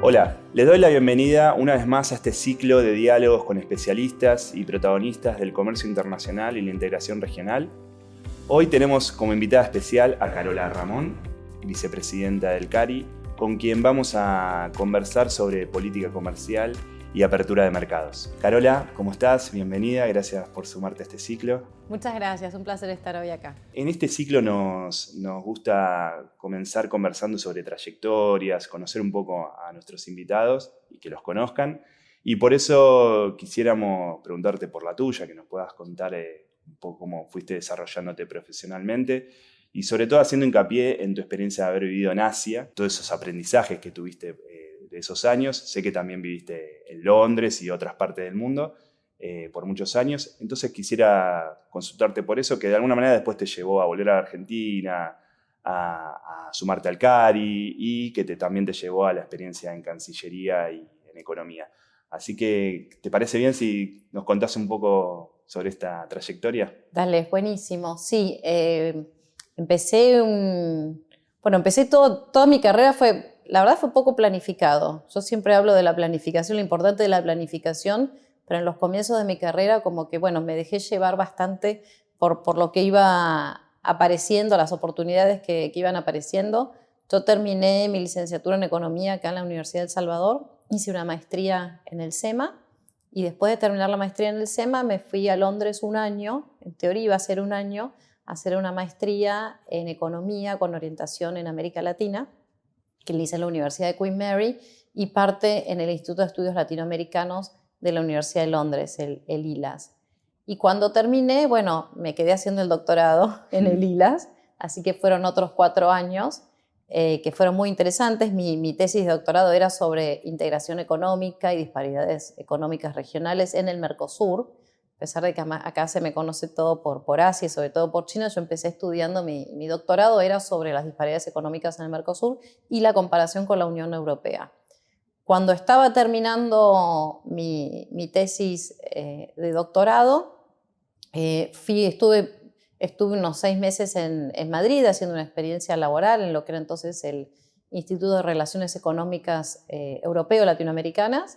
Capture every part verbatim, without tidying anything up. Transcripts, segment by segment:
Hola, les doy la bienvenida una vez más a este ciclo de diálogos con especialistas y protagonistas del comercio internacional y la integración regional. Hoy tenemos como invitada especial a Carola Ramón, vicepresidenta del CARI, con quien vamos a conversar sobre política comercial y apertura de mercados. Carola, ¿cómo estás? Bienvenida, gracias por sumarte a este ciclo. Muchas gracias, un placer estar hoy acá. En este ciclo nos, nos gusta comenzar conversando sobre trayectorias, conocer un poco a nuestros invitados y que los conozcan. Y por eso quisiéramos preguntarte por la tuya, que nos puedas contar eh, un poco cómo fuiste desarrollándote profesionalmente y sobre todo haciendo hincapié en tu experiencia de haber vivido en Asia, todos esos aprendizajes que tuviste eh, de esos años. Sé que también viviste en Londres y otras partes del mundo. Eh, por muchos años, entonces quisiera consultarte por eso, que de alguna manera después te llevó a volver a Argentina, a, a sumarte al CARI y que te, también te llevó a la experiencia en Cancillería y en Economía. Así que, ¿te parece bien si nos contás un poco sobre esta trayectoria? Dale, buenísimo. Sí, eh, empecé un... Bueno, empecé todo, toda mi carrera fue, la verdad fue poco planificado. Yo siempre hablo de la planificación, lo importante de la planificación, pero en los comienzos de mi carrera como que, bueno, me dejé llevar bastante por, por lo que iba apareciendo, las oportunidades que, que iban apareciendo. Yo terminé mi licenciatura en Economía acá en la Universidad de El Salvador, hice una maestría en el SEMA y después de terminar la maestría en el SEMA me fui a Londres un año, en teoría iba a ser un año, a hacer una maestría en Economía con orientación en América Latina, que la hice en la Universidad de Queen Mary y parte en el Instituto de Estudios Latinoamericanos de la Universidad de Londres, el, el I L A S. Y cuando terminé, bueno, me quedé haciendo el doctorado en el I L A S, así que fueron otros cuatro años eh, que fueron muy interesantes. Mi, mi tesis de doctorado era sobre integración económica y disparidades económicas regionales en el Mercosur. A pesar de que acá se me conoce todo por, por Asia y sobre todo por China, yo empecé estudiando, mi, mi doctorado era sobre las disparidades económicas en el Mercosur y la comparación con la Unión Europea. Cuando estaba terminando mi, mi tesis eh, de doctorado, eh, fui, estuve, estuve unos seis meses en, en Madrid haciendo una experiencia laboral en lo que era entonces el Instituto de Relaciones Económicas eh, Europeo-Latinoamericanas.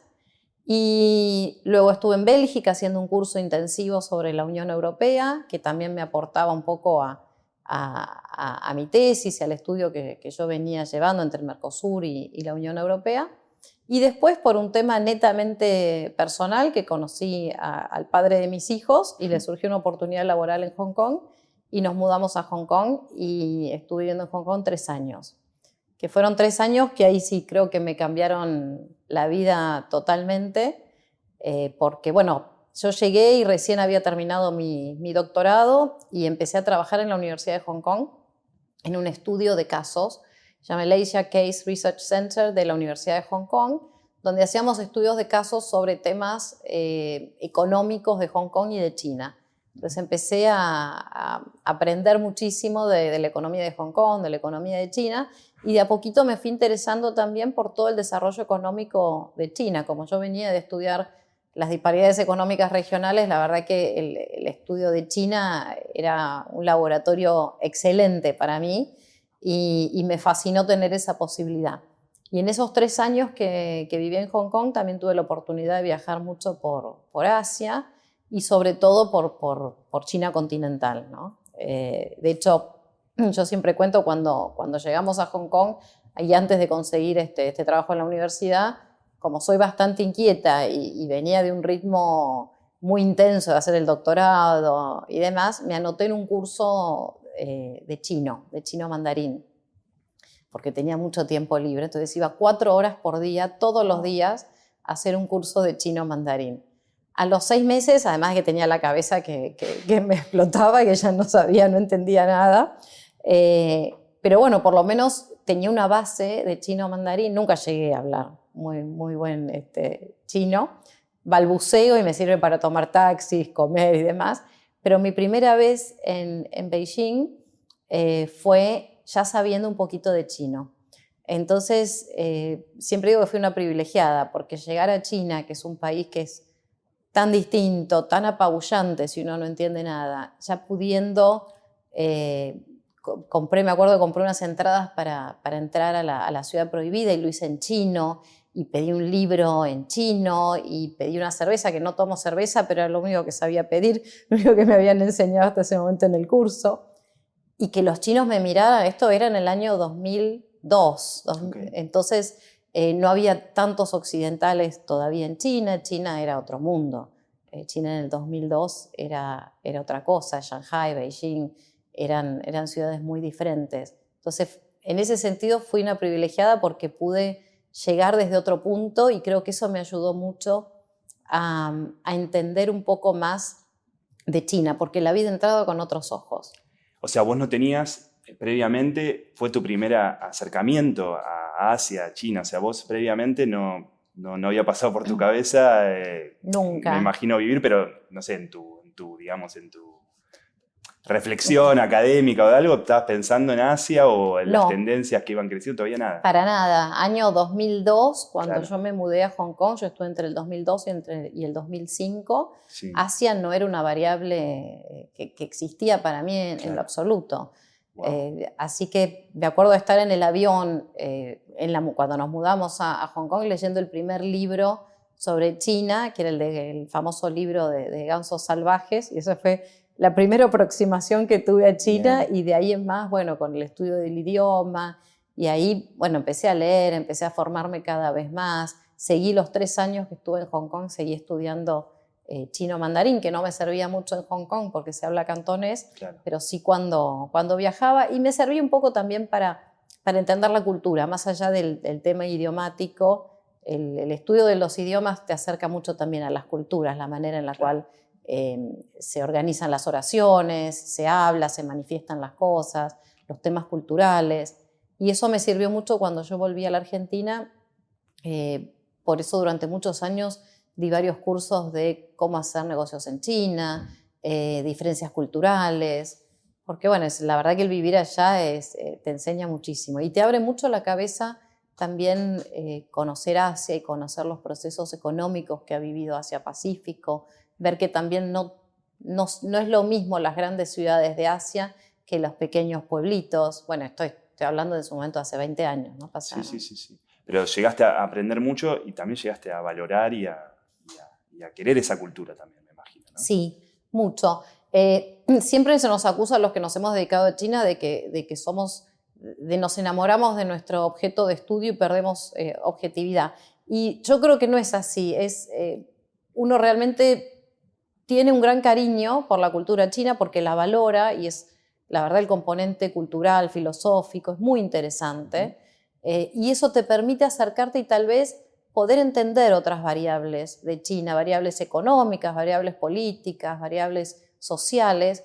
Y luego estuve en Bélgica haciendo un curso intensivo sobre la Unión Europea, que también me aportaba un poco a, a, a, a mi tesis y al estudio que, que yo venía llevando entre el Mercosur y, y la Unión Europea. Y después, por un tema netamente personal, que conocí a, al padre de mis hijos y le surgió una oportunidad laboral en Hong Kong y nos mudamos a Hong Kong y estuve viviendo en Hong Kong tres años. Que fueron tres años que ahí sí creo que me cambiaron la vida totalmente, eh, porque bueno, yo llegué y recién había terminado mi, mi doctorado y empecé a trabajar en la Universidad de Hong Kong en un estudio de casos, se llama el Asia Case Research Center de la Universidad de Hong Kong, donde hacíamos estudios de casos sobre temas eh, económicos de Hong Kong y de China. Entonces empecé a, a aprender muchísimo de, de la economía de Hong Kong, de la economía de China, y de a poquito me fui interesando también por todo el desarrollo económico de China. Como yo venía de estudiar las disparidades económicas regionales, la verdad que el, el estudio de China era un laboratorio excelente para mí y, y me fascinó tener esa posibilidad. Y en esos tres años que, que viví en Hong Kong también tuve la oportunidad de viajar mucho por, por Asia y sobre todo por, por, por China continental, ¿no? Eh, de hecho, yo siempre cuento cuando, cuando llegamos a Hong Kong y antes de conseguir este, este trabajo en la universidad, como soy bastante inquieta y, y venía de un ritmo muy intenso de hacer el doctorado y demás, me anoté en un curso eh, de chino, de chino mandarín, porque tenía mucho tiempo libre. Entonces iba cuatro horas por día, todos los días, a hacer un curso de chino mandarín. A los seis meses, además que tenía la cabeza que, que, que me explotaba, que ya no sabía, no entendía nada, eh, pero bueno, por lo menos tenía una base de chino mandarín. Nunca llegué a hablar muy, muy buen este, chino. Balbuceo y me sirve para tomar taxis, comer y demás. Pero mi primera vez en, en Beijing eh, fue ya sabiendo un poquito de chino. Entonces, eh, siempre digo que fui una privilegiada, porque llegar a China, que es un país que es tan distinto, tan apabullante si uno no entiende nada, ya pudiendo, eh, compré, me acuerdo que compré unas entradas para, para entrar a la, a la ciudad prohibida y lo hice en chino, y pedí un libro en chino y pedí una cerveza, que no tomo cerveza, pero era lo único que sabía pedir, lo único que me habían enseñado hasta ese momento en el curso. Y que los chinos me miraran, esto era en el año dos mil dos, okay. Entonces eh, no había tantos occidentales todavía en China, China era otro mundo. Eh, China en el dos mil dos era, era otra cosa, Shanghai, Beijing, eran, eran ciudades muy diferentes. Entonces, en ese sentido fui una privilegiada porque pude llegar desde otro punto y creo que eso me ayudó mucho a, a entender un poco más de China, porque la vi de entrada con otros ojos. O sea, vos no tenías, previamente, fue tu primer acercamiento a Asia, a China. O sea, vos previamente no, no, no había pasado por tu cabeza. Eh, Nunca. Me imagino vivir, pero no sé, en tu, en tu digamos, en tu reflexión académica o de algo, ¿estabas pensando en Asia o en no, las tendencias que iban creciendo? Todavía nada. Para nada. Año dos mil dos, cuando Claro. yo me mudé a Hong Kong, yo estuve entre el dos mil dos y, entre, y el dos mil cinco. Sí. Asia no era una variable que, que existía para mí en, claro. en lo absoluto. Wow. Eh, así que me acuerdo de estar en el avión eh, en la, cuando nos mudamos a, a Hong Kong leyendo el primer libro sobre China, que era el, de, el famoso libro de, de Gansos Salvajes, y eso fue la primera aproximación que tuve a China. Bien. Y de ahí en más, bueno, con el estudio del idioma, y ahí, bueno, empecé a leer, empecé a formarme cada vez más, seguí los tres años que estuve en Hong Kong, seguí estudiando eh, chino mandarín, que no me servía mucho en Hong Kong porque se habla cantonés, claro. pero sí cuando, cuando viajaba, y me servía un poco también para, para entender la cultura, más allá del, del tema idiomático, el, el estudio de los idiomas te acerca mucho también a las culturas, la manera en la claro. cual Eh, se organizan las oraciones, se habla, se manifiestan las cosas, los temas culturales, y eso me sirvió mucho cuando yo volví a la Argentina. Eh, por eso durante muchos años di varios cursos de cómo hacer negocios en China, eh, diferencias culturales, porque bueno, es, la verdad que el vivir allá es, eh, te enseña muchísimo y te abre mucho la cabeza también eh, conocer Asia y conocer los procesos económicos que ha vivido Asia-Pacífico, ver que también no, no, no es lo mismo las grandes ciudades de Asia que los pequeños pueblitos. Bueno, estoy, estoy hablando de su momento hace veinte años, ¿no? Pasaron. Sí, sí, sí, sí. Pero llegaste a aprender mucho y también llegaste a valorar y a, y a, y a querer esa cultura también, me imagino, ¿no? Sí, mucho. Eh, siempre se nos acusa a los que nos hemos dedicado a China de que, de que somos, de nos enamoramos de nuestro objeto de estudio y perdemos eh, objetividad. Y yo creo que no es así. Es, eh, uno realmente tiene un gran cariño por la cultura china porque la valora y es, la verdad, el componente cultural, filosófico, es muy interesante. Eh, y eso te permite acercarte y tal vez poder entender otras variables de China, variables económicas, variables políticas, variables sociales,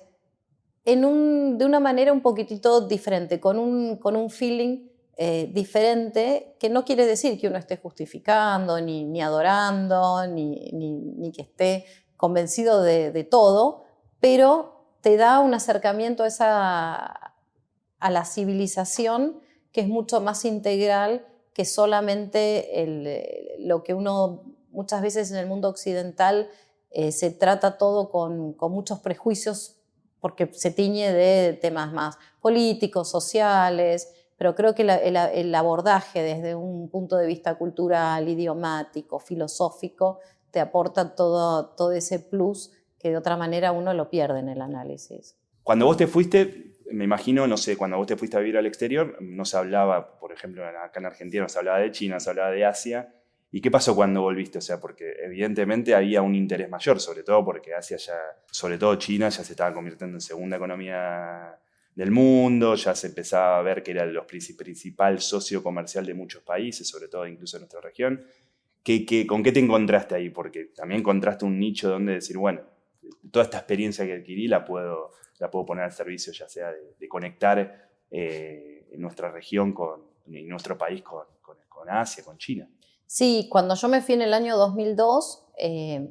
en un, de una manera un poquitito diferente, con un, con un feeling eh, diferente, que no quiere decir que uno esté justificando, ni, ni adorando, ni, ni, ni que esté convencido de, de todo, pero te da un acercamiento a, esa, a la civilización que es mucho más integral que solamente el, lo que uno muchas veces en el mundo occidental eh, se trata todo con, con muchos prejuicios porque se tiñe de temas más políticos, sociales, pero creo que la, el, el abordaje desde un punto de vista cultural, idiomático, filosófico, te aporta todo, todo ese plus que de otra manera uno lo pierde en el análisis. Cuando vos te fuiste, me imagino, no sé, cuando vos te fuiste a vivir al exterior, no se hablaba, por ejemplo, acá en Argentina no se hablaba de China, se hablaba de Asia. ¿Y qué pasó cuando volviste? O sea, porque evidentemente había un interés mayor, sobre todo porque Asia ya, sobre todo China, ya se estaba convirtiendo en segunda economía del mundo, ya se empezaba a ver que era el principal socio comercial de muchos países, sobre todo incluso en nuestra región. ¿Qué, qué, ¿Con qué te encontraste ahí? Porque también encontraste un nicho donde decir, bueno, toda esta experiencia que adquirí la puedo, la puedo poner al servicio, ya sea de, de conectar eh, nuestra región con, y nuestro país con, con, con Asia, con China. Sí, cuando yo me fui en el año dos mil dos, eh,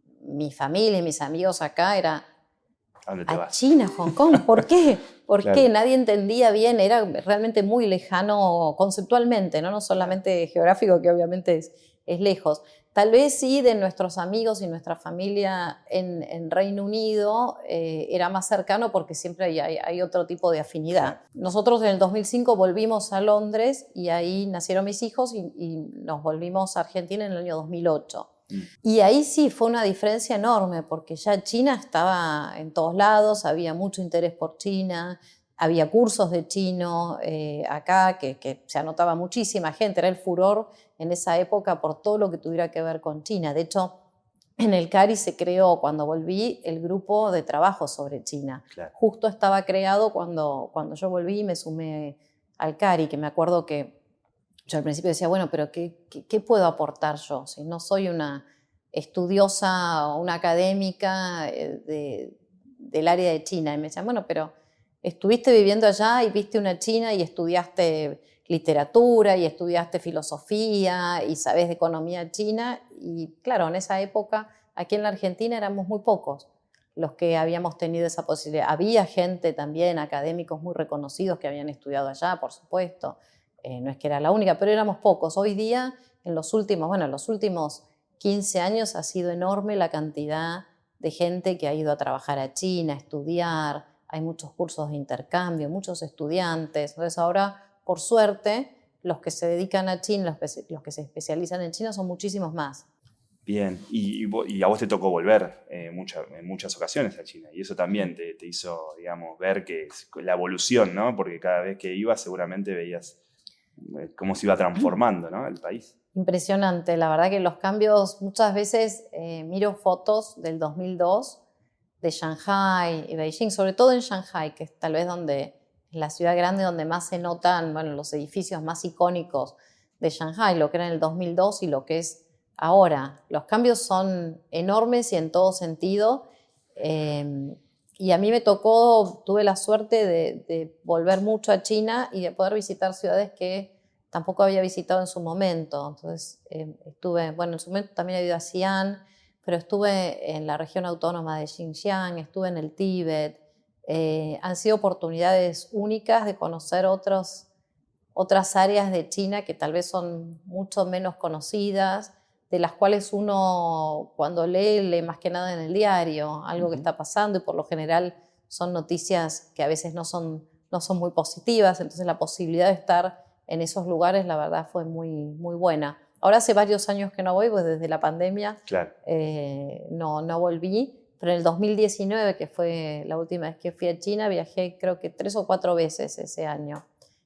mi familia y mis amigos acá era ¿A dónde te a vas? China, Hong Kong. ¿Por qué? ¿Por Claro. qué? Nadie entendía bien, era realmente muy lejano conceptualmente, no, no solamente geográfico, que obviamente es, es lejos. Tal vez sí de nuestros amigos y nuestra familia en, en Reino Unido eh, era más cercano porque siempre hay, hay, hay otro tipo de afinidad. Nosotros en el dos mil cinco volvimos a Londres y ahí nacieron mis hijos y, y nos volvimos a Argentina en el año dos mil ocho. Mm. Y ahí sí fue una diferencia enorme porque ya China estaba en todos lados, había mucho interés por China, había cursos de chino eh, acá que, que se anotaba muchísima gente, era el furor en esa época por todo lo que tuviera que ver con China. De hecho, en el CARI se creó, cuando volví, el grupo de trabajo sobre China. Claro. Justo estaba creado cuando, cuando yo volví y me sumé al CARI, que me acuerdo que yo al principio decía, bueno, pero ¿qué, qué, qué puedo aportar yo? Si no soy una estudiosa o una académica de, del área de China. Y me decían, bueno, pero estuviste viviendo allá y viste una China y estudiaste literatura y estudiaste filosofía y sabés de economía china. Y claro, en esa época aquí en la Argentina éramos muy pocos los que habíamos tenido esa posibilidad. Había gente también, académicos muy reconocidos que habían estudiado allá, por supuesto. Eh, no es que era la única, pero éramos pocos. Hoy día, en los últimos, bueno, en los últimos quince años ha sido enorme la cantidad de gente que ha ido a trabajar a China, a estudiar. Hay muchos cursos de intercambio, muchos estudiantes. Entonces ahora, por suerte, los que se dedican a China, los que, los que se especializan en China son muchísimos más. Bien, y, y a vos te tocó volver eh, mucha, en muchas ocasiones a China, y eso también te, te hizo, digamos, ver que la evolución, ¿no? Porque cada vez que ibas seguramente veías cómo se iba transformando, ¿no?, el país. Impresionante, la verdad que los cambios, muchas veces eh, miro fotos del dos mil dos de Shanghai y Beijing, sobre todo en Shanghai, que es tal vez donde es la ciudad grande donde más se notan, bueno, los edificios más icónicos de Shanghai, lo que era en el dos mil dos y lo que es ahora. Los cambios son enormes y en todo sentido. Eh, y a mí me tocó, tuve la suerte de, de volver mucho a China y de poder visitar ciudades que tampoco había visitado en su momento. Entonces eh, estuve, bueno, en su momento también he ido a Xi'an, pero estuve en la región autónoma de Xinjiang, estuve en el Tíbet. Eh, han sido oportunidades únicas de conocer otros, otras áreas de China que tal vez son mucho menos conocidas, de las cuales uno cuando lee, lee más que nada en el diario, algo uh-huh. que está pasando, y por lo general son noticias que a veces no son, no son muy positivas, entonces la posibilidad de estar en esos lugares, la verdad, fue muy, muy buena. Ahora hace varios años que no voy, pues desde la pandemia claro. eh, no, no volví, pero en el dos mil diecinueve, que fue la última vez que fui a China, viajé creo que tres o cuatro veces ese año.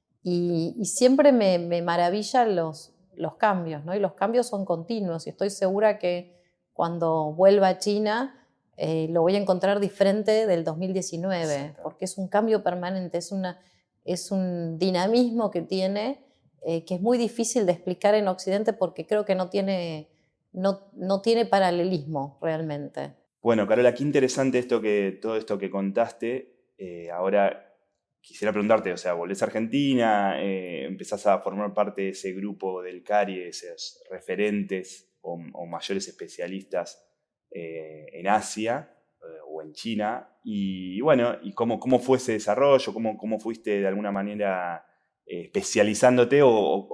Y, y siempre me, me maravillan los, los cambios, ¿no? Y los cambios son continuos, y estoy segura que cuando vuelva a China eh, lo voy a encontrar diferente del dos mil diecinueve, sí, porque es un cambio permanente, es, una, es un dinamismo que tiene eh, que es muy difícil de explicar en Occidente porque creo que no tiene, no, no tiene paralelismo realmente. Bueno, Carola, qué interesante esto que, todo esto que contaste. Eh, ahora quisiera preguntarte, o sea, volvés a Argentina, eh, empezás a formar parte de ese grupo del CARI, de esos referentes o, o mayores especialistas eh, en Asia eh, o en China. Y bueno, ¿y cómo, cómo fue ese desarrollo? ¿Cómo, cómo fuiste de alguna manera eh, especializándote o, o,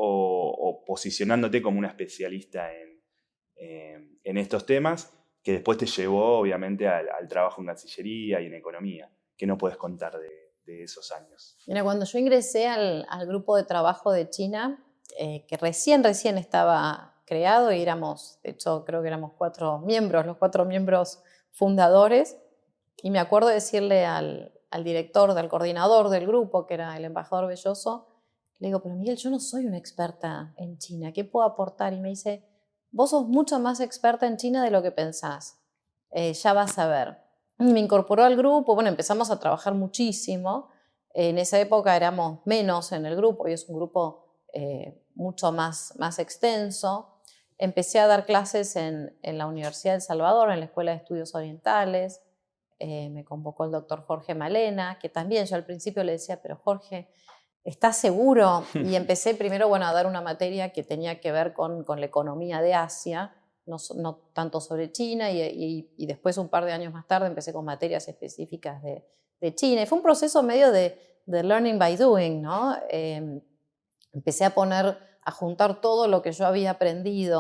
o posicionándote como una especialista en, eh, en estos temas, que después te llevó obviamente al, al trabajo en Cancillería y en Economía? ¿Qué nos puedes contar de, de esos años? Mira, cuando yo ingresé al, al grupo de trabajo de China, eh, que recién, recién estaba creado, y éramos, de hecho, creo que éramos cuatro miembros, los cuatro miembros fundadores, y me acuerdo decirle al, al director, al coordinador del grupo, que era el embajador Belloso, le digo, pero Miguel, yo no soy una experta en China, ¿qué puedo aportar? Y me dice, vos sos mucho más experta en China de lo que pensás, eh, ya vas a ver. Y me incorporó al grupo, bueno, empezamos a trabajar muchísimo. En esa época éramos menos en el grupo y es un grupo eh, mucho más, más extenso. Empecé a dar clases en, en la Universidad de El Salvador, en la Escuela de Estudios Orientales. Eh, me convocó el doctor Jorge Malena, que también yo al principio le decía, pero Jorge, ¿estás seguro? Y empecé primero, bueno, a dar una materia que tenía que ver con, con la economía de Asia, no, no tanto sobre China, y, y, y después un par de años más tarde empecé con materias específicas de, de China. Y fue un proceso medio de, de learning by doing, ¿no? Eh, empecé a poner, a juntar todo lo que yo había aprendido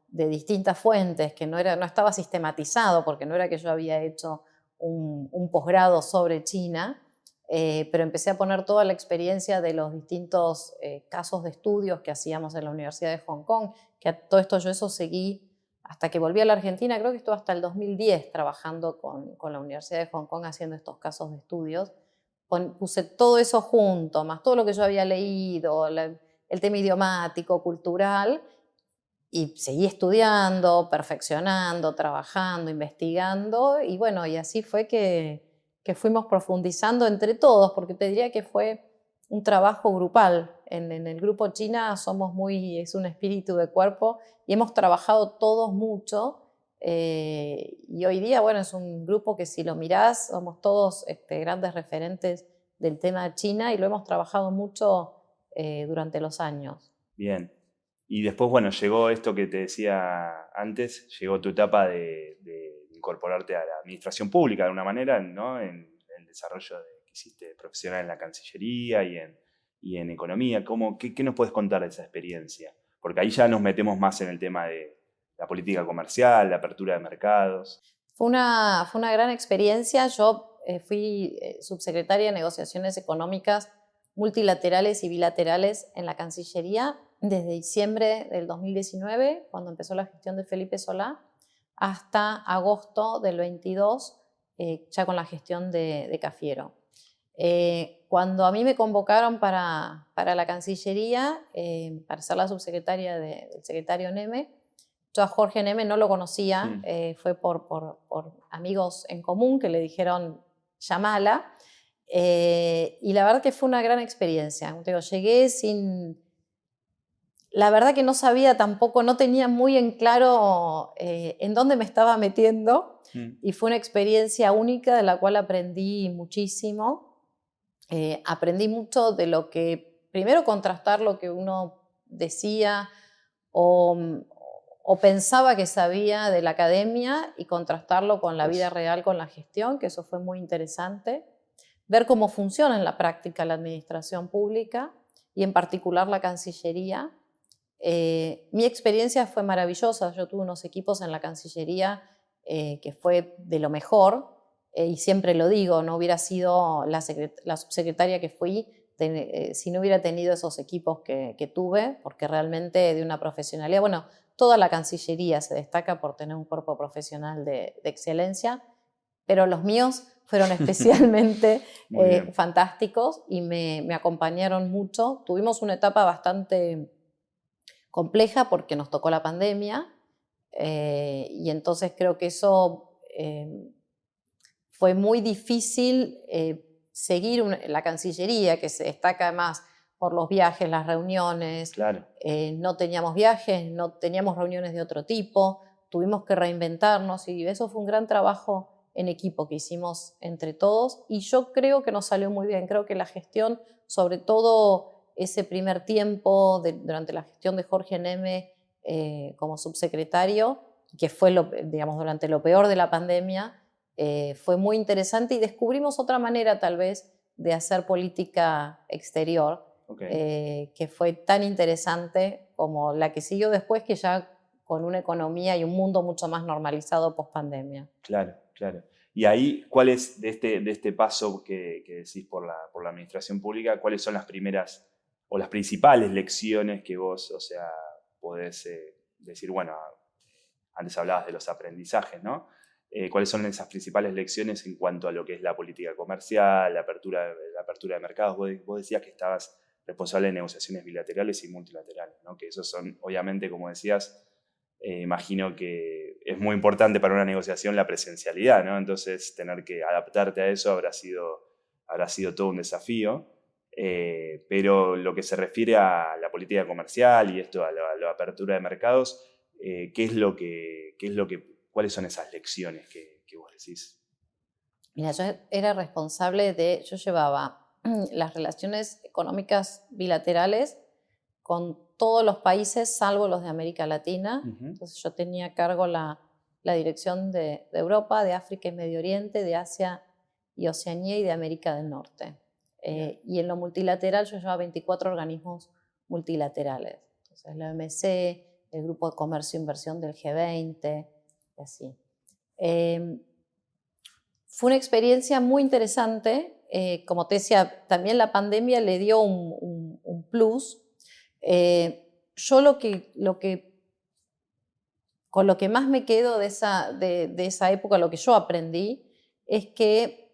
de distintas fuentes, que no, era, no estaba sistematizado, porque no era que yo había hecho un, un posgrado sobre China, eh, pero empecé a poner toda la experiencia de los distintos eh, casos de estudios que hacíamos en la Universidad de Hong Kong, que a todo esto yo eso seguí hasta que volví a la Argentina, creo que estuve hasta el dos mil diez trabajando con, con la Universidad de Hong Kong haciendo estos casos de estudios. Pon, puse todo eso junto, más todo lo que yo había leído, la, el tema idiomático, cultural, y seguí estudiando, perfeccionando, trabajando, investigando, y bueno, y así fue que, que fuimos profundizando entre todos, porque te diría que fue un trabajo grupal. En, en el grupo China somos muy, es un espíritu de cuerpo, y hemos trabajado todos mucho, eh, y hoy día, bueno, es un grupo que si lo mirás, somos todos este, grandes referentes del tema de China, y lo hemos trabajado mucho eh, durante los años. Bien. Y después, bueno, llegó esto que te decía antes, llegó tu etapa de, de incorporarte a la administración pública de una manera, ¿no? En, en el desarrollo de, que hiciste profesional en la Cancillería y en, y en economía. ¿Cómo, qué, ¿Qué nos puedes contar de esa experiencia? Porque ahí ya nos metemos más en el tema de la política comercial, la apertura de mercados. Fue una, fue una gran experiencia. Yo eh, fui eh, subsecretaria de Negociaciones Económicas multilaterales y bilaterales en la Cancillería desde diciembre del dos mil diecinueve, cuando empezó la gestión de Felipe Solá, hasta agosto del veintidós, eh, ya con la gestión de, de Cafiero. Eh, cuando a mí me convocaron para, para la Cancillería, eh, para ser la subsecretaria de, del secretario Neme, yo a Jorge Neme no lo conocía, mm. eh, fue por, por, por amigos en común que le dijeron llamala, eh, y la verdad que fue una gran experiencia. Te digo, llegué sin... La verdad que no sabía tampoco, no tenía muy en claro eh, en dónde me estaba metiendo, mm. y fue una experiencia única de la cual aprendí muchísimo. Eh, aprendí mucho de lo que, primero contrastar lo que uno decía o, o pensaba que sabía de la academia y contrastarlo con la vida real, con la gestión, que eso fue muy interesante. Ver cómo funciona en la práctica la administración pública y en particular la Cancillería. Eh, mi experiencia fue maravillosa. Yo tuve unos equipos en la Cancillería eh, que fue de lo mejor, eh, y siempre lo digo, no hubiera sido la, la subsecretaria que fui ten, eh, si no hubiera tenido esos equipos que, que tuve, porque realmente de una profesionalidad, bueno, toda la Cancillería se destaca por tener un cuerpo profesional de, de excelencia, pero los míos fueron especialmente eh, fantásticos y me, me acompañaron mucho. Tuvimos una etapa bastante compleja porque nos tocó la pandemia, eh, y entonces creo que eso eh, fue muy difícil eh, seguir una, la Cancillería, que se destaca además por los viajes, las reuniones. Claro. Eh, no teníamos viajes, no teníamos reuniones de otro tipo, tuvimos que reinventarnos y eso fue un gran trabajo en equipo que hicimos entre todos y yo creo que nos salió muy bien. Creo que la gestión, sobre todo ese primer tiempo de, durante la gestión de Jorge Neme eh, como subsecretario, que fue lo, digamos, durante lo peor de la pandemia, eh, fue muy interesante y descubrimos otra manera tal vez de hacer política exterior, okay. eh, que fue tan interesante como la que siguió después, que ya con una economía y un mundo mucho más normalizado post pandemia. Claro, claro. Y ahí, ¿cuál es de este, de este paso que, que decís por la, por la administración pública, cuáles son las primeras o las principales lecciones que vos, o sea, podés eh, decir, bueno, antes hablabas de los aprendizajes, ¿no? Eh, ¿Cuáles son esas principales lecciones en cuanto a lo que es la política comercial, la apertura, la apertura de mercados? Vos, vos decías que estabas responsable de negociaciones bilaterales y multilaterales, ¿no? Que esos son, obviamente, como decías, eh, imagino que es muy importante para una negociación la presencialidad, ¿no? Entonces, tener que adaptarte a eso habrá sido, habrá sido todo un desafío. Eh, pero lo que se refiere a la política comercial y esto, a la, a la apertura de mercados, eh, ¿qué es lo que, qué es lo que, cuáles son esas lecciones que, que vos decís? Mira, yo era responsable de, yo llevaba las relaciones económicas bilaterales con todos los países salvo los de América Latina. Uh-huh. Entonces yo tenía a cargo la, la dirección de, de Europa, de África y Medio Oriente, de Asia y Oceanía y de América del Norte. Eh, y en lo multilateral yo llevaba veinticuatro organismos multilaterales. Entonces la O M C, el Grupo de Comercio e Inversión del G veinte, y así. Eh, fue una experiencia muy interesante. Eh, como te decía, también la pandemia le dio un, un, un plus. Eh, yo lo que, lo que, con lo que más me quedo de esa, de, de esa época, lo que yo aprendí, es que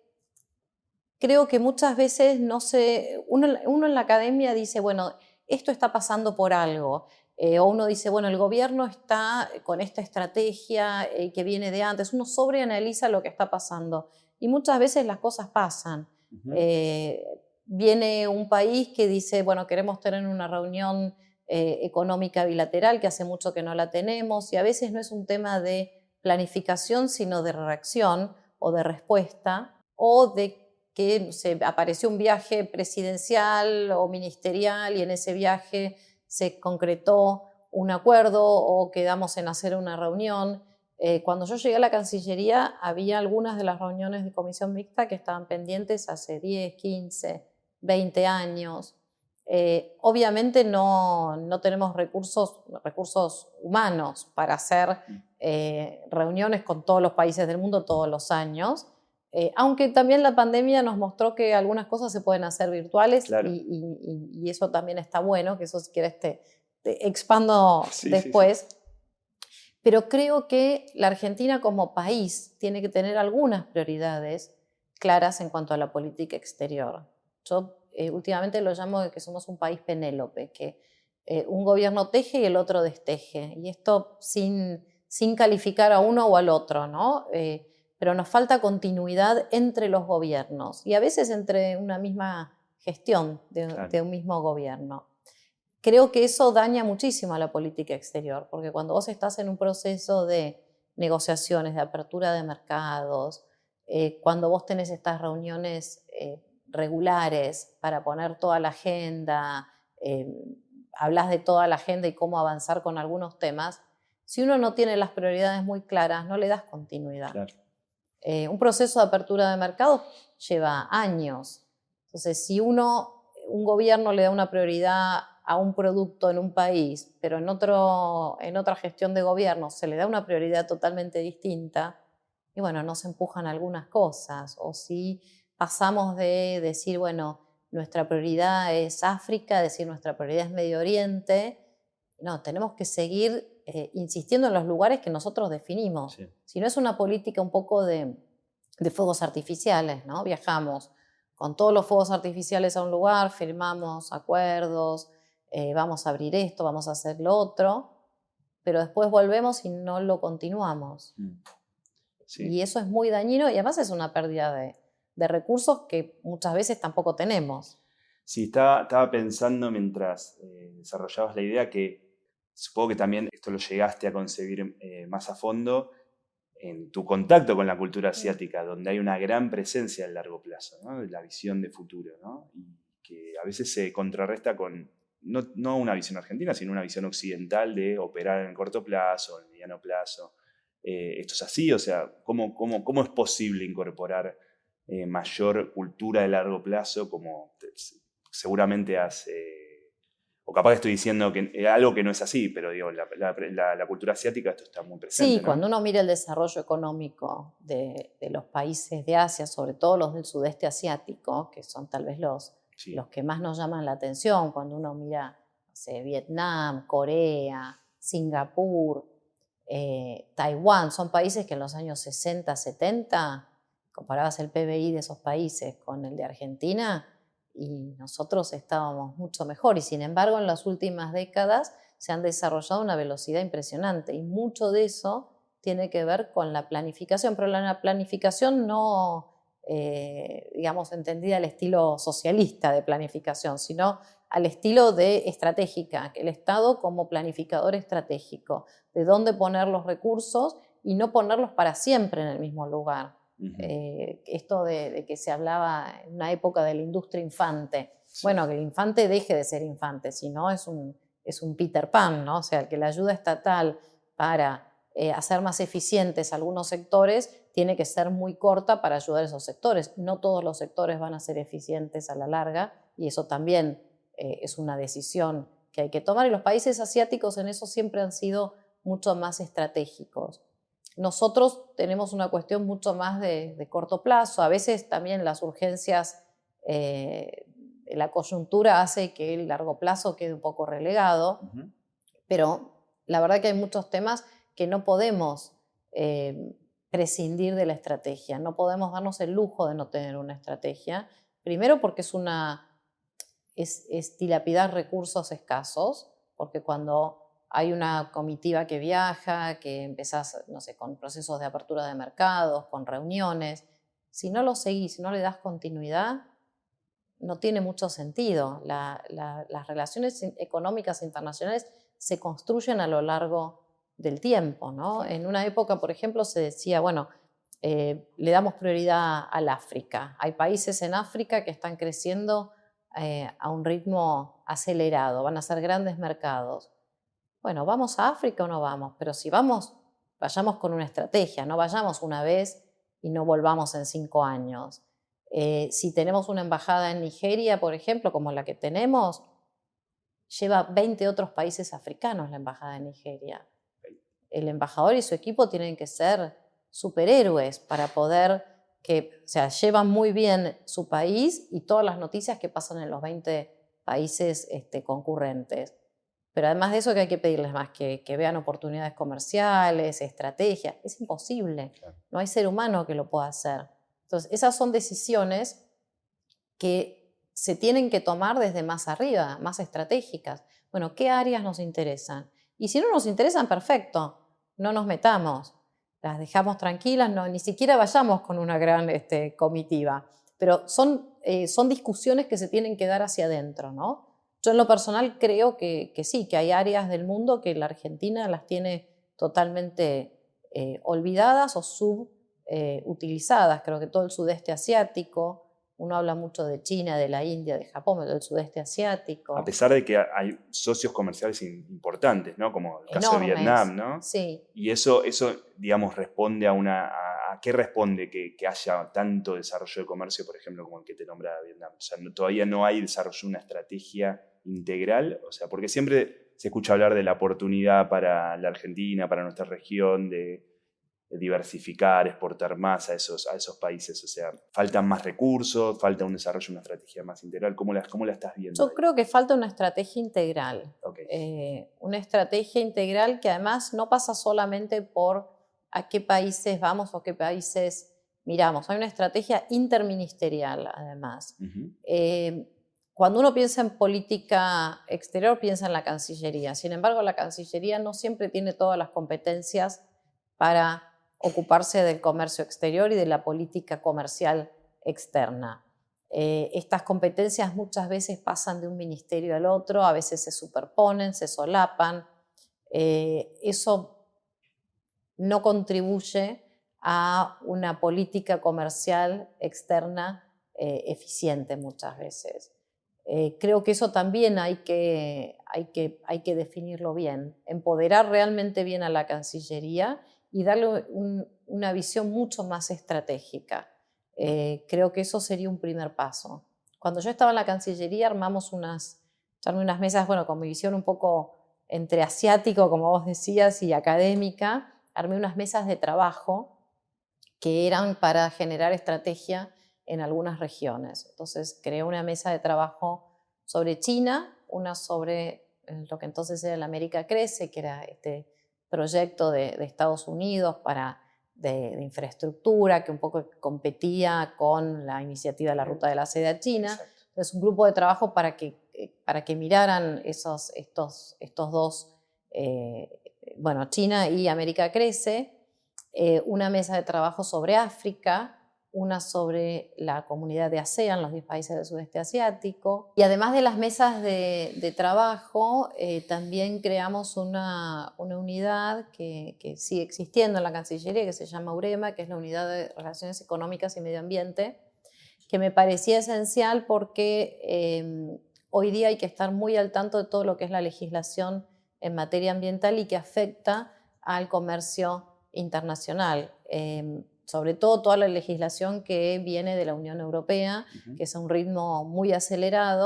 creo que muchas veces no se, uno, uno en la academia dice, bueno, esto está pasando por algo. Eh, o uno dice, bueno, el gobierno está con esta estrategia eh, que viene de antes. Uno sobreanaliza lo que está pasando. Y muchas veces las cosas pasan. Uh-huh. eh, viene un país que dice, bueno, queremos tener una reunión eh, económica bilateral, que hace mucho que no la tenemos. Y a veces no es un tema de planificación, sino de reacción o de respuesta, o de que se apareció un viaje presidencial o ministerial y en ese viaje se concretó un acuerdo o quedamos en hacer una reunión. Eh, cuando yo llegué a la Cancillería había algunas de las reuniones de comisión mixta que estaban pendientes hace diez, quince, veinte años. Eh, obviamente no, no tenemos recursos, recursos humanos para hacer eh, reuniones con todos los países del mundo todos los años. Eh, aunque también la pandemia nos mostró que algunas cosas se pueden hacer virtuales, claro. y, y, y eso también está bueno, que eso si quieres te, te expando sí, después. Sí, sí. Pero creo que la Argentina como país tiene que tener algunas prioridades claras en cuanto a la política exterior. Yo eh, últimamente lo llamo que somos un país Penélope, que eh, un gobierno teje y el otro desteje. Y esto sin, sin calificar a uno o al otro, ¿no? Eh, pero nos falta continuidad entre los gobiernos y a veces entre una misma gestión de, claro. de un mismo gobierno. Creo que eso daña muchísimo a la política exterior, porque cuando vos estás en un proceso de negociaciones, de apertura de mercados, eh, cuando vos tenés estas reuniones eh, regulares para poner toda la agenda, eh, hablas de toda la agenda y cómo avanzar con algunos temas, si uno no tiene las prioridades muy claras, no le das continuidad. Claro. Eh, un proceso de apertura de mercado lleva años. Entonces, si uno, un gobierno le da una prioridad a un producto en un país, pero en, otro, en otra gestión de gobierno se le da una prioridad totalmente distinta, y bueno, no se empujan algunas cosas. O si pasamos de decir, bueno, nuestra prioridad es África, decir nuestra prioridad es Medio Oriente, no, tenemos que seguir Eh, insistiendo en los lugares que nosotros definimos. Sí. Si no es una política un poco de, de fuegos artificiales, ¿no? Viajamos con todos los fuegos artificiales a un lugar, firmamos acuerdos, eh, vamos a abrir esto, vamos a hacer lo otro, pero después volvemos y no lo continuamos. Sí. Y eso es muy dañino y además es una pérdida de, de recursos que muchas veces tampoco tenemos. Sí, estaba, estaba pensando mientras eh, desarrollabas la idea que supongo que también esto lo llegaste a concebir eh, más a fondo en tu contacto con la cultura asiática, donde hay una gran presencia a largo plazo, ¿no? De la visión de futuro, ¿no? Y que a veces se contrarresta con, no, no una visión argentina, sino una visión occidental de operar en el corto plazo, en el mediano plazo. Eh, ¿Esto es así? O sea, ¿cómo, cómo, cómo es posible incorporar eh, mayor cultura de largo plazo como te, seguramente has... Eh, O capaz que estoy diciendo que, eh, algo que no es así, pero digo, la, la, la, la cultura asiática esto está muy presente. Sí, ¿no? Cuando uno mira el desarrollo económico de, de los países de Asia, sobre todo los del sudeste asiático, que son tal vez los, sí. los que más nos llaman la atención, cuando uno mira, no sé, Vietnam, Corea, Singapur, eh, Taiwán, son países que en los años sesenta, setenta, comparabas el P B I de esos países con el de Argentina, y nosotros estábamos mucho mejor. Y sin embargo, en las últimas décadas se han desarrollado a una velocidad impresionante y mucho de eso tiene que ver con la planificación, pero la planificación no, eh, digamos, entendida al estilo socialista de planificación, sino al estilo de estratégica, el Estado como planificador estratégico, de dónde poner los recursos y no ponerlos para siempre en el mismo lugar. Uh-huh. Eh, esto de, de que se hablaba en una época de la industria infante. Sí. Bueno, que el infante deje de ser infante, si no es un, es un Peter Pan, ¿no? O sea, que la ayuda estatal para eh, hacer más eficientes algunos sectores tiene que ser muy corta para ayudar a esos sectores. No todos los sectores van a ser eficientes a la larga y eso también eh, es una decisión que hay que tomar, y los países asiáticos en eso siempre han sido mucho más estratégicos. Nosotros tenemos una cuestión mucho más de, de corto plazo, a veces también las urgencias, eh, la coyuntura hace que el largo plazo quede un poco relegado, uh-huh. pero la verdad que hay muchos temas que no podemos eh, prescindir de la estrategia, no podemos darnos el lujo de no tener una estrategia, primero porque es, una, es, es dilapidar recursos escasos, porque cuando hay una comitiva que viaja, que empezás, no sé, con procesos de apertura de mercados, con reuniones, si no lo seguís, si no le das continuidad, no tiene mucho sentido. La, la, las relaciones económicas internacionales se construyen a lo largo del tiempo, ¿no? En una época, por ejemplo, se decía, bueno, eh, le damos prioridad al África. Hay países en África que están creciendo eh, a un ritmo acelerado, van a ser grandes mercados. Bueno, ¿vamos a África o no vamos? Pero si vamos, vayamos con una estrategia, no vayamos una vez y no volvamos en cinco años. Eh, si tenemos una embajada en Nigeria, por ejemplo, como la que tenemos, lleva veinte otros países africanos la embajada de Nigeria. El embajador y su equipo tienen que ser superhéroes para poder que, o sea, llevan muy bien su país y todas las noticias que pasan en los veinte países este, concurrentes. Pero además de eso, que hay que pedirles más, que, que vean oportunidades comerciales, estrategias. Es imposible. No hay ser humano que lo pueda hacer. Entonces, esas son decisiones que se tienen que tomar desde más arriba, más estratégicas. Bueno, ¿qué áreas nos interesan? Y si no nos interesan, perfecto, no nos metamos. Las dejamos tranquilas, no, ni siquiera vayamos con una gran este, comitiva. Pero son, eh, son discusiones que se tienen que dar hacia adentro, ¿no? Yo en lo personal creo que, que sí, que hay áreas del mundo que la Argentina las tiene totalmente eh, olvidadas o subutilizadas. Eh, creo que todo el sudeste asiático, uno habla mucho de China, de la India, de Japón, pero del sudeste asiático. A pesar de que hay socios comerciales importantes, ¿no? Como el caso Enormes, de Vietnam, ¿no? Sí. Y eso, eso digamos, responde a una... A, ¿A qué responde que, que haya tanto desarrollo de comercio, por ejemplo, como el que te nombra Vietnam? O sea, no, todavía no hay desarrollo de una estrategia integral, o sea, porque siempre se escucha hablar de la oportunidad para la Argentina, para nuestra región, de, de diversificar, exportar más a esos, a esos países, o sea, faltan más recursos, falta un desarrollo de una estrategia más integral. ¿Cómo la, cómo la estás viendo? Yo ahí? creo que falta una estrategia integral, Okay. eh, una estrategia integral que además no pasa solamente por a qué países vamos o qué países miramos, hay una estrategia interministerial además. Uh-huh. eh, Cuando uno piensa en política exterior, piensa en la Cancillería. Sin embargo, la Cancillería no siempre tiene todas las competencias para ocuparse del comercio exterior y de la política comercial externa. Eh, estas competencias muchas veces pasan de un ministerio al otro, a veces se superponen, se solapan. Eh, eso no contribuye a una política comercial externa eh, eficiente muchas veces. Eh, creo que eso también hay que, hay, que, hay que definirlo bien, empoderar realmente bien a la Cancillería y darle un, una visión mucho más estratégica. Eh, creo que eso sería un primer paso. Cuando yo estaba en la Cancillería armamos unas, unas mesas, bueno, con mi visión un poco entre asiático, como vos decías, y académica, armé unas mesas de trabajo que eran para generar estrategia en algunas regiones. Entonces creé una mesa de trabajo sobre China, una sobre lo que entonces era el América Crece, que era este proyecto de, de Estados Unidos para, de, de infraestructura, que un poco competía con la iniciativa de la Ruta de la Seda China. Exacto. Entonces un grupo de trabajo para que, para que miraran esos, estos, estos dos, eh, bueno, China y América Crece, eh, una mesa de trabajo sobre África, una sobre la comunidad de ASEAN, los diez países del sudeste asiático. Y además de las mesas de, de trabajo, eh, también creamos una, una unidad que, que sigue existiendo en la Cancillería, que se llama UREMA, que es la Unidad de Relaciones Económicas y Medio Ambiente, que me parecía esencial porque eh, hoy día hay que estar muy al tanto de todo lo que es la legislación en materia ambiental y que afecta al comercio internacional. Eh, sobre todo toda la legislación que viene de la Unión Europea, uh-huh. que es a un ritmo muy acelerado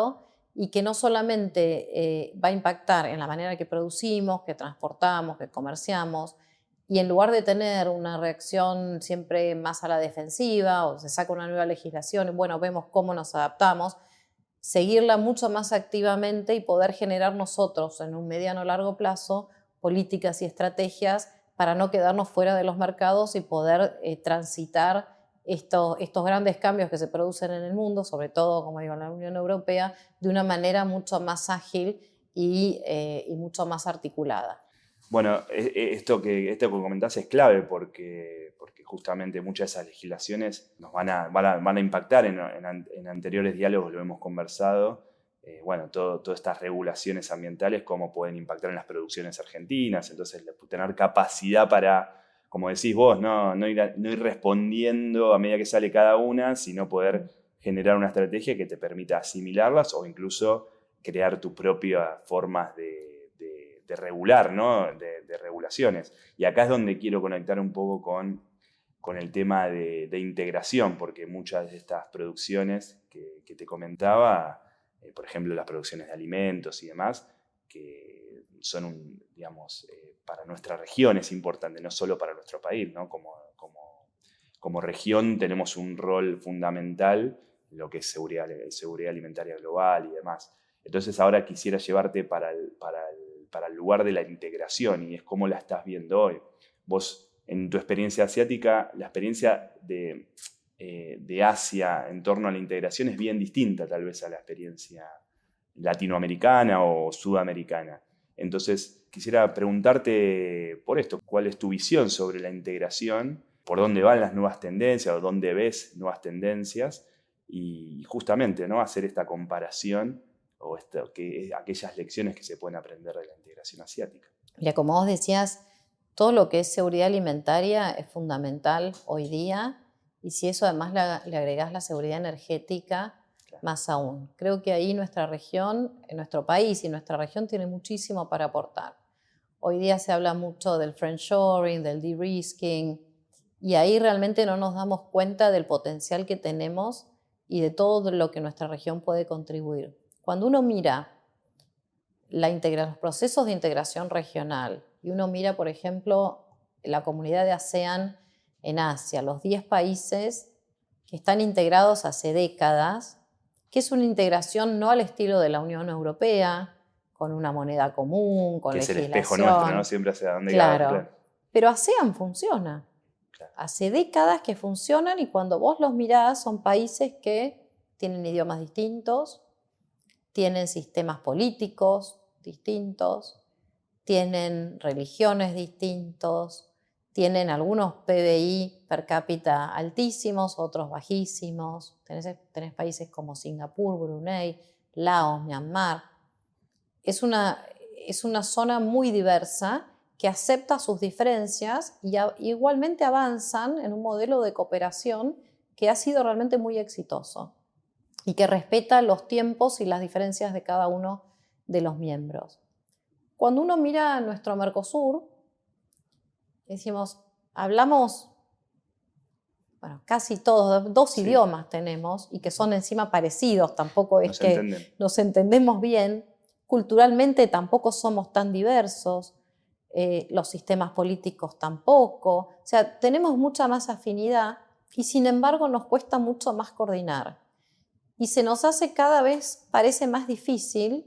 y que no solamente eh, va a impactar en la manera que producimos, que transportamos, que comerciamos, y en lugar de tener una reacción siempre más a la defensiva o se saca una nueva legislación y bueno, vemos cómo nos adaptamos, seguirla mucho más activamente y poder generar nosotros en un mediano o largo plazo políticas y estrategias para no quedarnos fuera de los mercados y poder eh, transitar estos, estos grandes cambios que se producen en el mundo, sobre todo, como digo, en la Unión Europea, de una manera mucho más ágil y, eh, y mucho más articulada. Bueno, esto que, esto que comentás es clave porque, porque justamente muchas de esas legislaciones nos van a, van a, van a impactar. En, en, en anteriores diálogos lo hemos conversado. Eh, bueno, todo, todas estas regulaciones ambientales, cómo pueden impactar en las producciones argentinas. Entonces, tener capacidad para, como decís vos, no, no, ir, no ir respondiendo a medida que sale cada una, sino poder generar una estrategia que te permita asimilarlas o incluso crear tus propias formas de de regular, ¿no? de, de regulaciones. Y acá es donde quiero conectar un poco con, con el tema de, de integración, porque muchas de estas producciones que, que te comentaba, eh, por ejemplo, las producciones de alimentos y demás, que son, un, digamos, eh, para nuestra región es importante, no solo para nuestro país, ¿no? Como, como, como región tenemos un rol fundamental en lo que es seguridad, seguridad alimentaria global y demás. Entonces ahora quisiera llevarte para el, para el para el lugar de la integración y es cómo la estás viendo hoy. Vos, en tu experiencia asiática, la experiencia de, eh, de Asia en torno a la integración es bien distinta tal vez a la experiencia latinoamericana o sudamericana. Entonces, quisiera preguntarte por esto, ¿cuál es tu visión sobre la integración? ¿Por dónde van las nuevas tendencias o dónde ves nuevas tendencias? Y justamente, ¿no? Hacer esta comparación o esto, que, aquellas lecciones que se pueden aprender de la integración asiática. Mira, como vos decías, todo lo que es seguridad alimentaria es fundamental hoy día y si eso además le, le agregás la seguridad energética, claro, más aún. Creo que ahí nuestra región, nuestro país y nuestra región tiene muchísimo para aportar. Hoy día se habla mucho del friendshoring, del de-risking y ahí realmente no nos damos cuenta del potencial que tenemos y de todo lo que nuestra región puede contribuir. Cuando uno mira la integra- los procesos de integración regional y uno mira, por ejemplo, la comunidad de ASEAN en Asia, los diez países que están integrados hace décadas, que es una integración no al estilo de la Unión Europea, con una moneda común, con que legislación. Es el espejo nuestro, ¿no? Siempre hacia dónde claro, claro. Pero ASEAN funciona. Claro. Hace décadas que funcionan y cuando vos los mirás son países que tienen idiomas distintos, tienen sistemas políticos distintos, tienen religiones distintos, tienen algunos P B I per cápita altísimos, otros bajísimos. Tenés, tenés países como Singapur, Brunei, Laos, Myanmar. Es una, es una zona muy diversa que acepta sus diferencias y a, igualmente avanzan en un modelo de cooperación que ha sido realmente muy exitoso y que respeta los tiempos y las diferencias de cada uno de los miembros. Cuando uno mira nuestro Mercosur, decimos, hablamos, bueno, casi todos, dos sí. idiomas tenemos y que son encima parecidos, tampoco es nos que entienden. Nos entendemos bien, culturalmente tampoco somos tan diversos, eh, los sistemas políticos tampoco, o sea, tenemos mucha más afinidad y sin embargo nos cuesta mucho más coordinar. Y se nos hace cada vez, parece más difícil,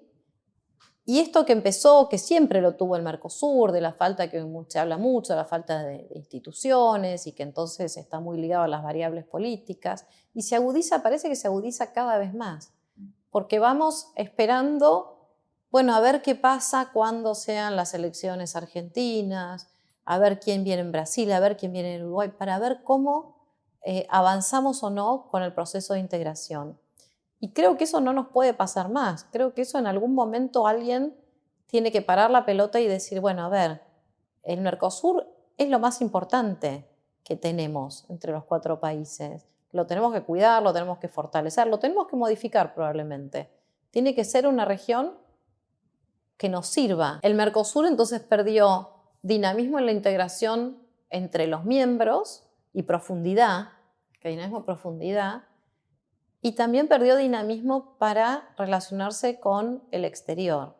y esto que empezó, que siempre lo tuvo el Mercosur, de la falta que se habla mucho, de la falta de, de instituciones, y que entonces está muy ligado a las variables políticas, y se agudiza, parece que se agudiza cada vez más, porque vamos esperando, bueno, a ver qué pasa cuando sean las elecciones argentinas, a ver quién viene en Brasil, a ver quién viene en Uruguay, para ver cómo eh, avanzamos o no con el proceso de integración. Y creo que eso no nos puede pasar más. Creo que eso en algún momento alguien tiene que parar la pelota y decir, bueno, a ver, el Mercosur es lo más importante que tenemos entre los cuatro países. Lo tenemos que cuidar, lo tenemos que fortalecer, lo tenemos que modificar probablemente. Tiene que ser una región que nos sirva. El Mercosur entonces perdió dinamismo en la integración entre los miembros y profundidad, que dinamismo y profundidad, y también perdió dinamismo para relacionarse con el exterior.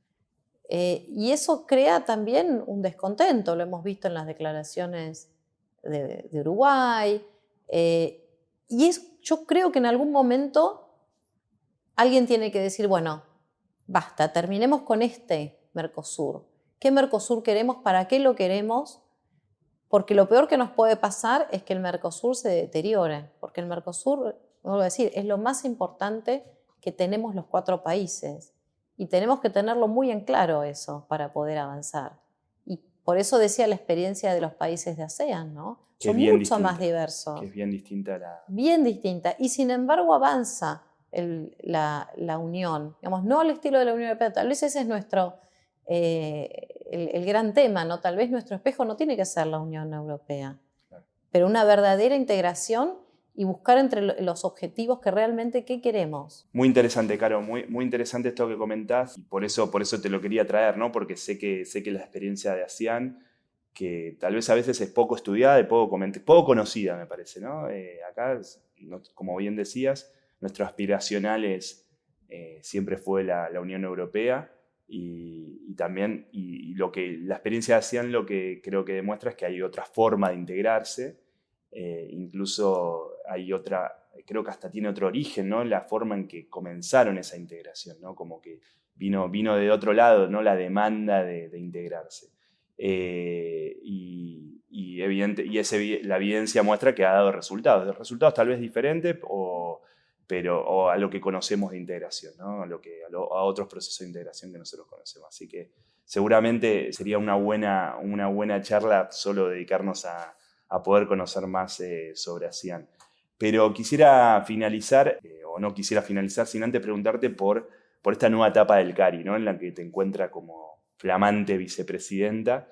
Eh, y eso crea también un descontento, lo hemos visto en las declaraciones de, de Uruguay, eh, y es, yo creo que en algún momento alguien tiene que decir, bueno, basta, terminemos con este Mercosur. ¿Qué Mercosur queremos? ¿Para qué lo queremos? Porque lo peor que nos puede pasar es que el Mercosur se deteriore, porque el Mercosur, vuelvo a decir, es lo más importante que tenemos los cuatro países y tenemos que tenerlo muy en claro eso para poder avanzar. Y por eso decía la experiencia de los países de ASEAN, ¿no? Que Son bien mucho distinta, más diversos. Que es bien distinta a la... Bien distinta. Y sin embargo avanza el, la, la unión. Digamos, no al estilo de la Unión Europea. Tal vez ese es nuestro... Eh, el, el gran tema, ¿no? Tal vez nuestro espejo no tiene que ser la Unión Europea, claro, pero una verdadera integración y buscar entre los objetivos que realmente qué queremos. Muy interesante, Caro, muy, muy interesante esto que comentás y por eso, por eso te lo quería traer, ¿no? Porque sé que, sé que la experiencia de ASEAN, que tal vez a veces es poco estudiada y poco, poco conocida, me parece, ¿no? Eh, acá, como bien decías, nuestro aspiracional es, eh, siempre fue la, la Unión Europea. Y, y también y, y lo que la experiencia de ASEAN lo que creo que demuestra es que hay otra forma de integrarse, eh, incluso hay otra, creo que hasta tiene otro origen, ¿no? La forma en que comenzaron esa integración, ¿no? Como que vino, vino de otro lado, ¿no? La demanda de, de integrarse. Eh, y, y, evidente, y ese, la evidencia muestra que ha dado resultados, resultados tal vez diferentes o pero o a lo que conocemos de integración, ¿no? a, lo que, a, lo, a otros procesos de integración que nosotros conocemos. Así que seguramente sería una buena, una buena charla solo dedicarnos a, a poder conocer más eh, sobre ASEAN. Pero quisiera finalizar, eh, o no quisiera finalizar, sin antes preguntarte por, por esta nueva etapa del CARI, ¿no? En la que te encuentras como flamante vicepresidenta.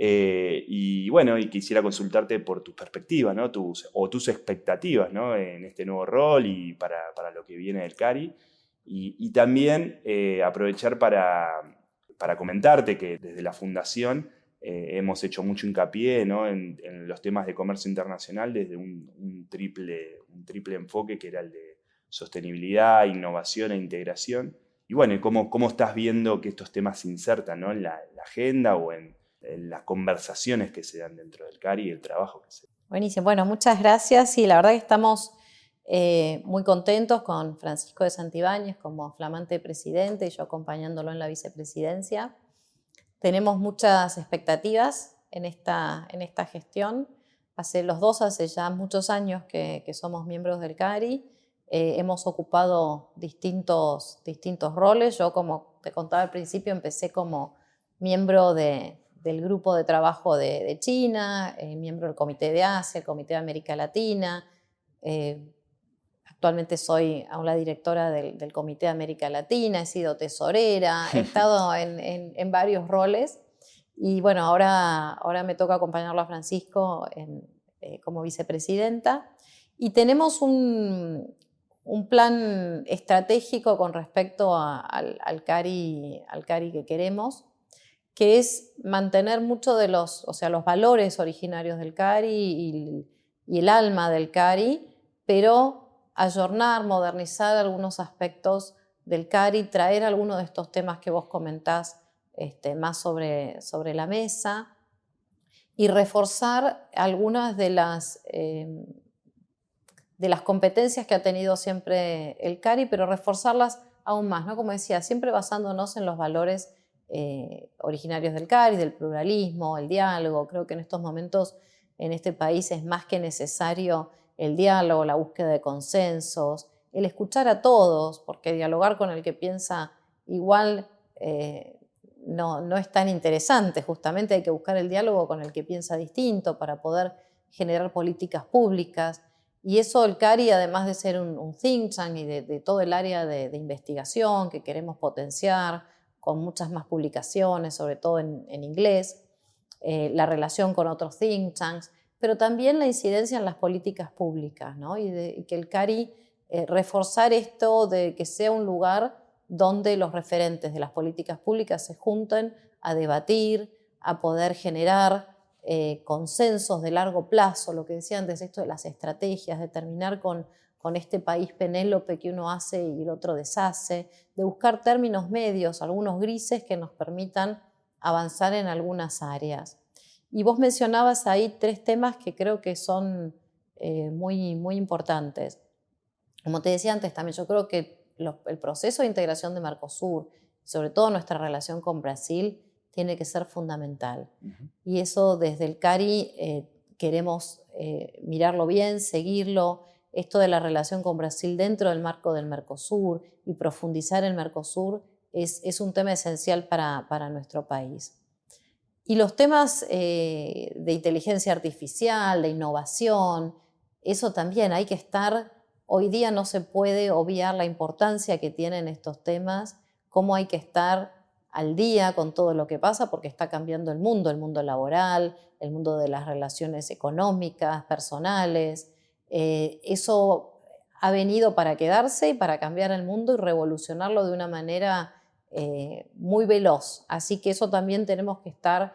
Eh, y bueno, y quisiera consultarte por tus perspectivas, ¿no? tus, o tus expectativas, ¿no? En este nuevo rol y para, para lo que viene del CARI. Y, y también eh, aprovechar para, para comentarte que desde la Fundación eh, hemos hecho mucho hincapié, ¿no? en, en los temas de comercio internacional desde un, un, triple, un triple enfoque que era el de sostenibilidad, innovación e integración. Y bueno, ¿cómo, cómo estás viendo que estos temas se insertan, ¿no? en, la, en la agenda o en en las conversaciones que se dan dentro del CARI y el trabajo que se da? Buenísimo, bueno, muchas gracias. Sí, la verdad que estamos eh, muy contentos con Francisco de Santibáñez como flamante presidente y yo acompañándolo en la vicepresidencia. Tenemos muchas expectativas en esta, en esta gestión. Hace los dos, hace ya muchos años que, que somos miembros del CARI. Eh, hemos ocupado distintos, distintos roles. Yo, como te contaba al principio, empecé como miembro de... del grupo de trabajo de, de China, eh, miembro del Comité de Asia, el Comité de América Latina. Eh, actualmente soy aula directora del, del Comité de América Latina, he sido tesorera, he estado en, en, en varios roles. Y bueno, ahora, ahora me toca acompañarlo a Francisco en, eh, como vicepresidenta. Y tenemos un, un plan estratégico con respecto a, al, al, CARI, al CARI que queremos, que es mantener mucho de los, o sea, los valores originarios del CARI y, y el alma del CARI, pero ayornar, modernizar algunos aspectos del CARI, traer algunos de estos temas que vos comentás este, más sobre, sobre la mesa y reforzar algunas de las, eh, de las competencias que ha tenido siempre el CARI, pero reforzarlas aún más, ¿no? Como decía, siempre basándonos en los valores Eh, originarios del CARI, del pluralismo, el diálogo. Creo que en estos momentos en este país es más que necesario el diálogo, la búsqueda de consensos, el escuchar a todos, porque dialogar con el que piensa igual eh, no, no es tan interesante. Justamente hay que buscar el diálogo con el que piensa distinto para poder generar políticas públicas. Y eso el CARI, además de ser un, un think tank y de, de todo el área de, de investigación que queremos potenciar, con muchas más publicaciones, sobre todo en, en inglés, eh, la relación con otros think tanks, pero también la incidencia en las políticas públicas, ¿no? y, de, y que el CARI eh, reforzar esto de que sea un lugar donde los referentes de las políticas públicas se junten a debatir, a poder generar eh, consensos de largo plazo, lo que decía antes, esto de las estrategias, de terminar con, con este país Penélope que uno hace y el otro deshace, de buscar términos medios, algunos grises que nos permitan avanzar en algunas áreas. Y vos mencionabas ahí tres temas que creo que son eh, muy, muy importantes. Como te decía antes también, yo creo que los, el proceso de integración de Mercosur, sobre todo nuestra relación con Brasil, tiene que ser fundamental. Uh-huh. Y eso desde el CARI eh, queremos eh, mirarlo bien, seguirlo. Esto de la relación con Brasil dentro del marco del Mercosur y profundizar en Mercosur es, es un tema esencial para, para nuestro país. Y los temas eh, de inteligencia artificial, de innovación, eso también hay que estar. Hoy día no se puede obviar la importancia que tienen estos temas, cómo hay que estar al día con todo lo que pasa, porque está cambiando el mundo, el mundo laboral, el mundo de las relaciones económicas, personales. Eh, eso ha venido para quedarse y para cambiar el mundo y revolucionarlo de una manera eh, muy veloz. Así que eso también tenemos que estar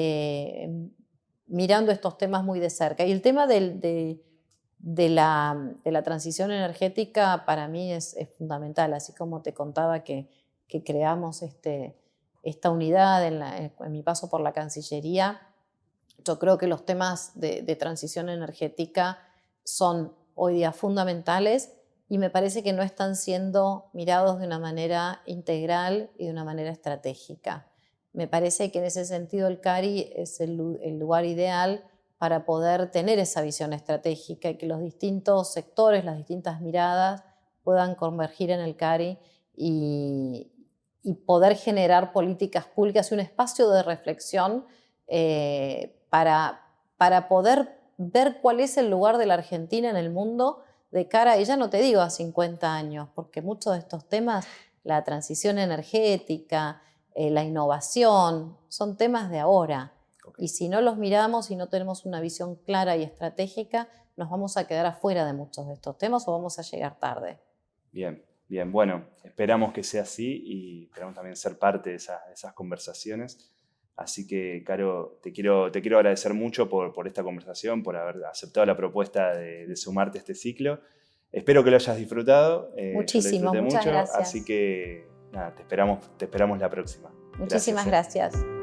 eh, mirando estos temas muy de cerca. Y el tema del, de, de, la, de la transición energética para mí es, es fundamental, así como te contaba que, que creamos este, esta unidad en, la, en mi paso por la Cancillería. Yo creo que los temas de, de transición energética son hoy día fundamentales y me parece que no están siendo mirados de una manera integral y de una manera estratégica. Me parece que en ese sentido el CARI es el, el lugar ideal para poder tener esa visión estratégica y que los distintos sectores, las distintas miradas puedan convergir en el CARI y, y poder generar políticas públicas y un espacio de reflexión eh, para, para poder ver cuál es el lugar de la Argentina en el mundo de cara, y ya no te digo a cincuenta años, porque muchos de estos temas, la transición energética, eh, la innovación, son temas de ahora. Okay. Y si no los miramos y no tenemos una visión clara y estratégica, nos vamos a quedar afuera de muchos de estos temas o vamos a llegar tarde. Bien, bien. Bueno, esperamos que sea así y esperamos también ser parte de, esa, de esas conversaciones. Así que, Caro, te quiero, te quiero agradecer mucho por, por esta conversación, por haber aceptado la propuesta de, de sumarte a este ciclo. Espero que lo hayas disfrutado. Eh, Muchísimo, muchas mucho, gracias. Así que, nada, te esperamos, te esperamos la próxima. Muchísimas gracias. gracias.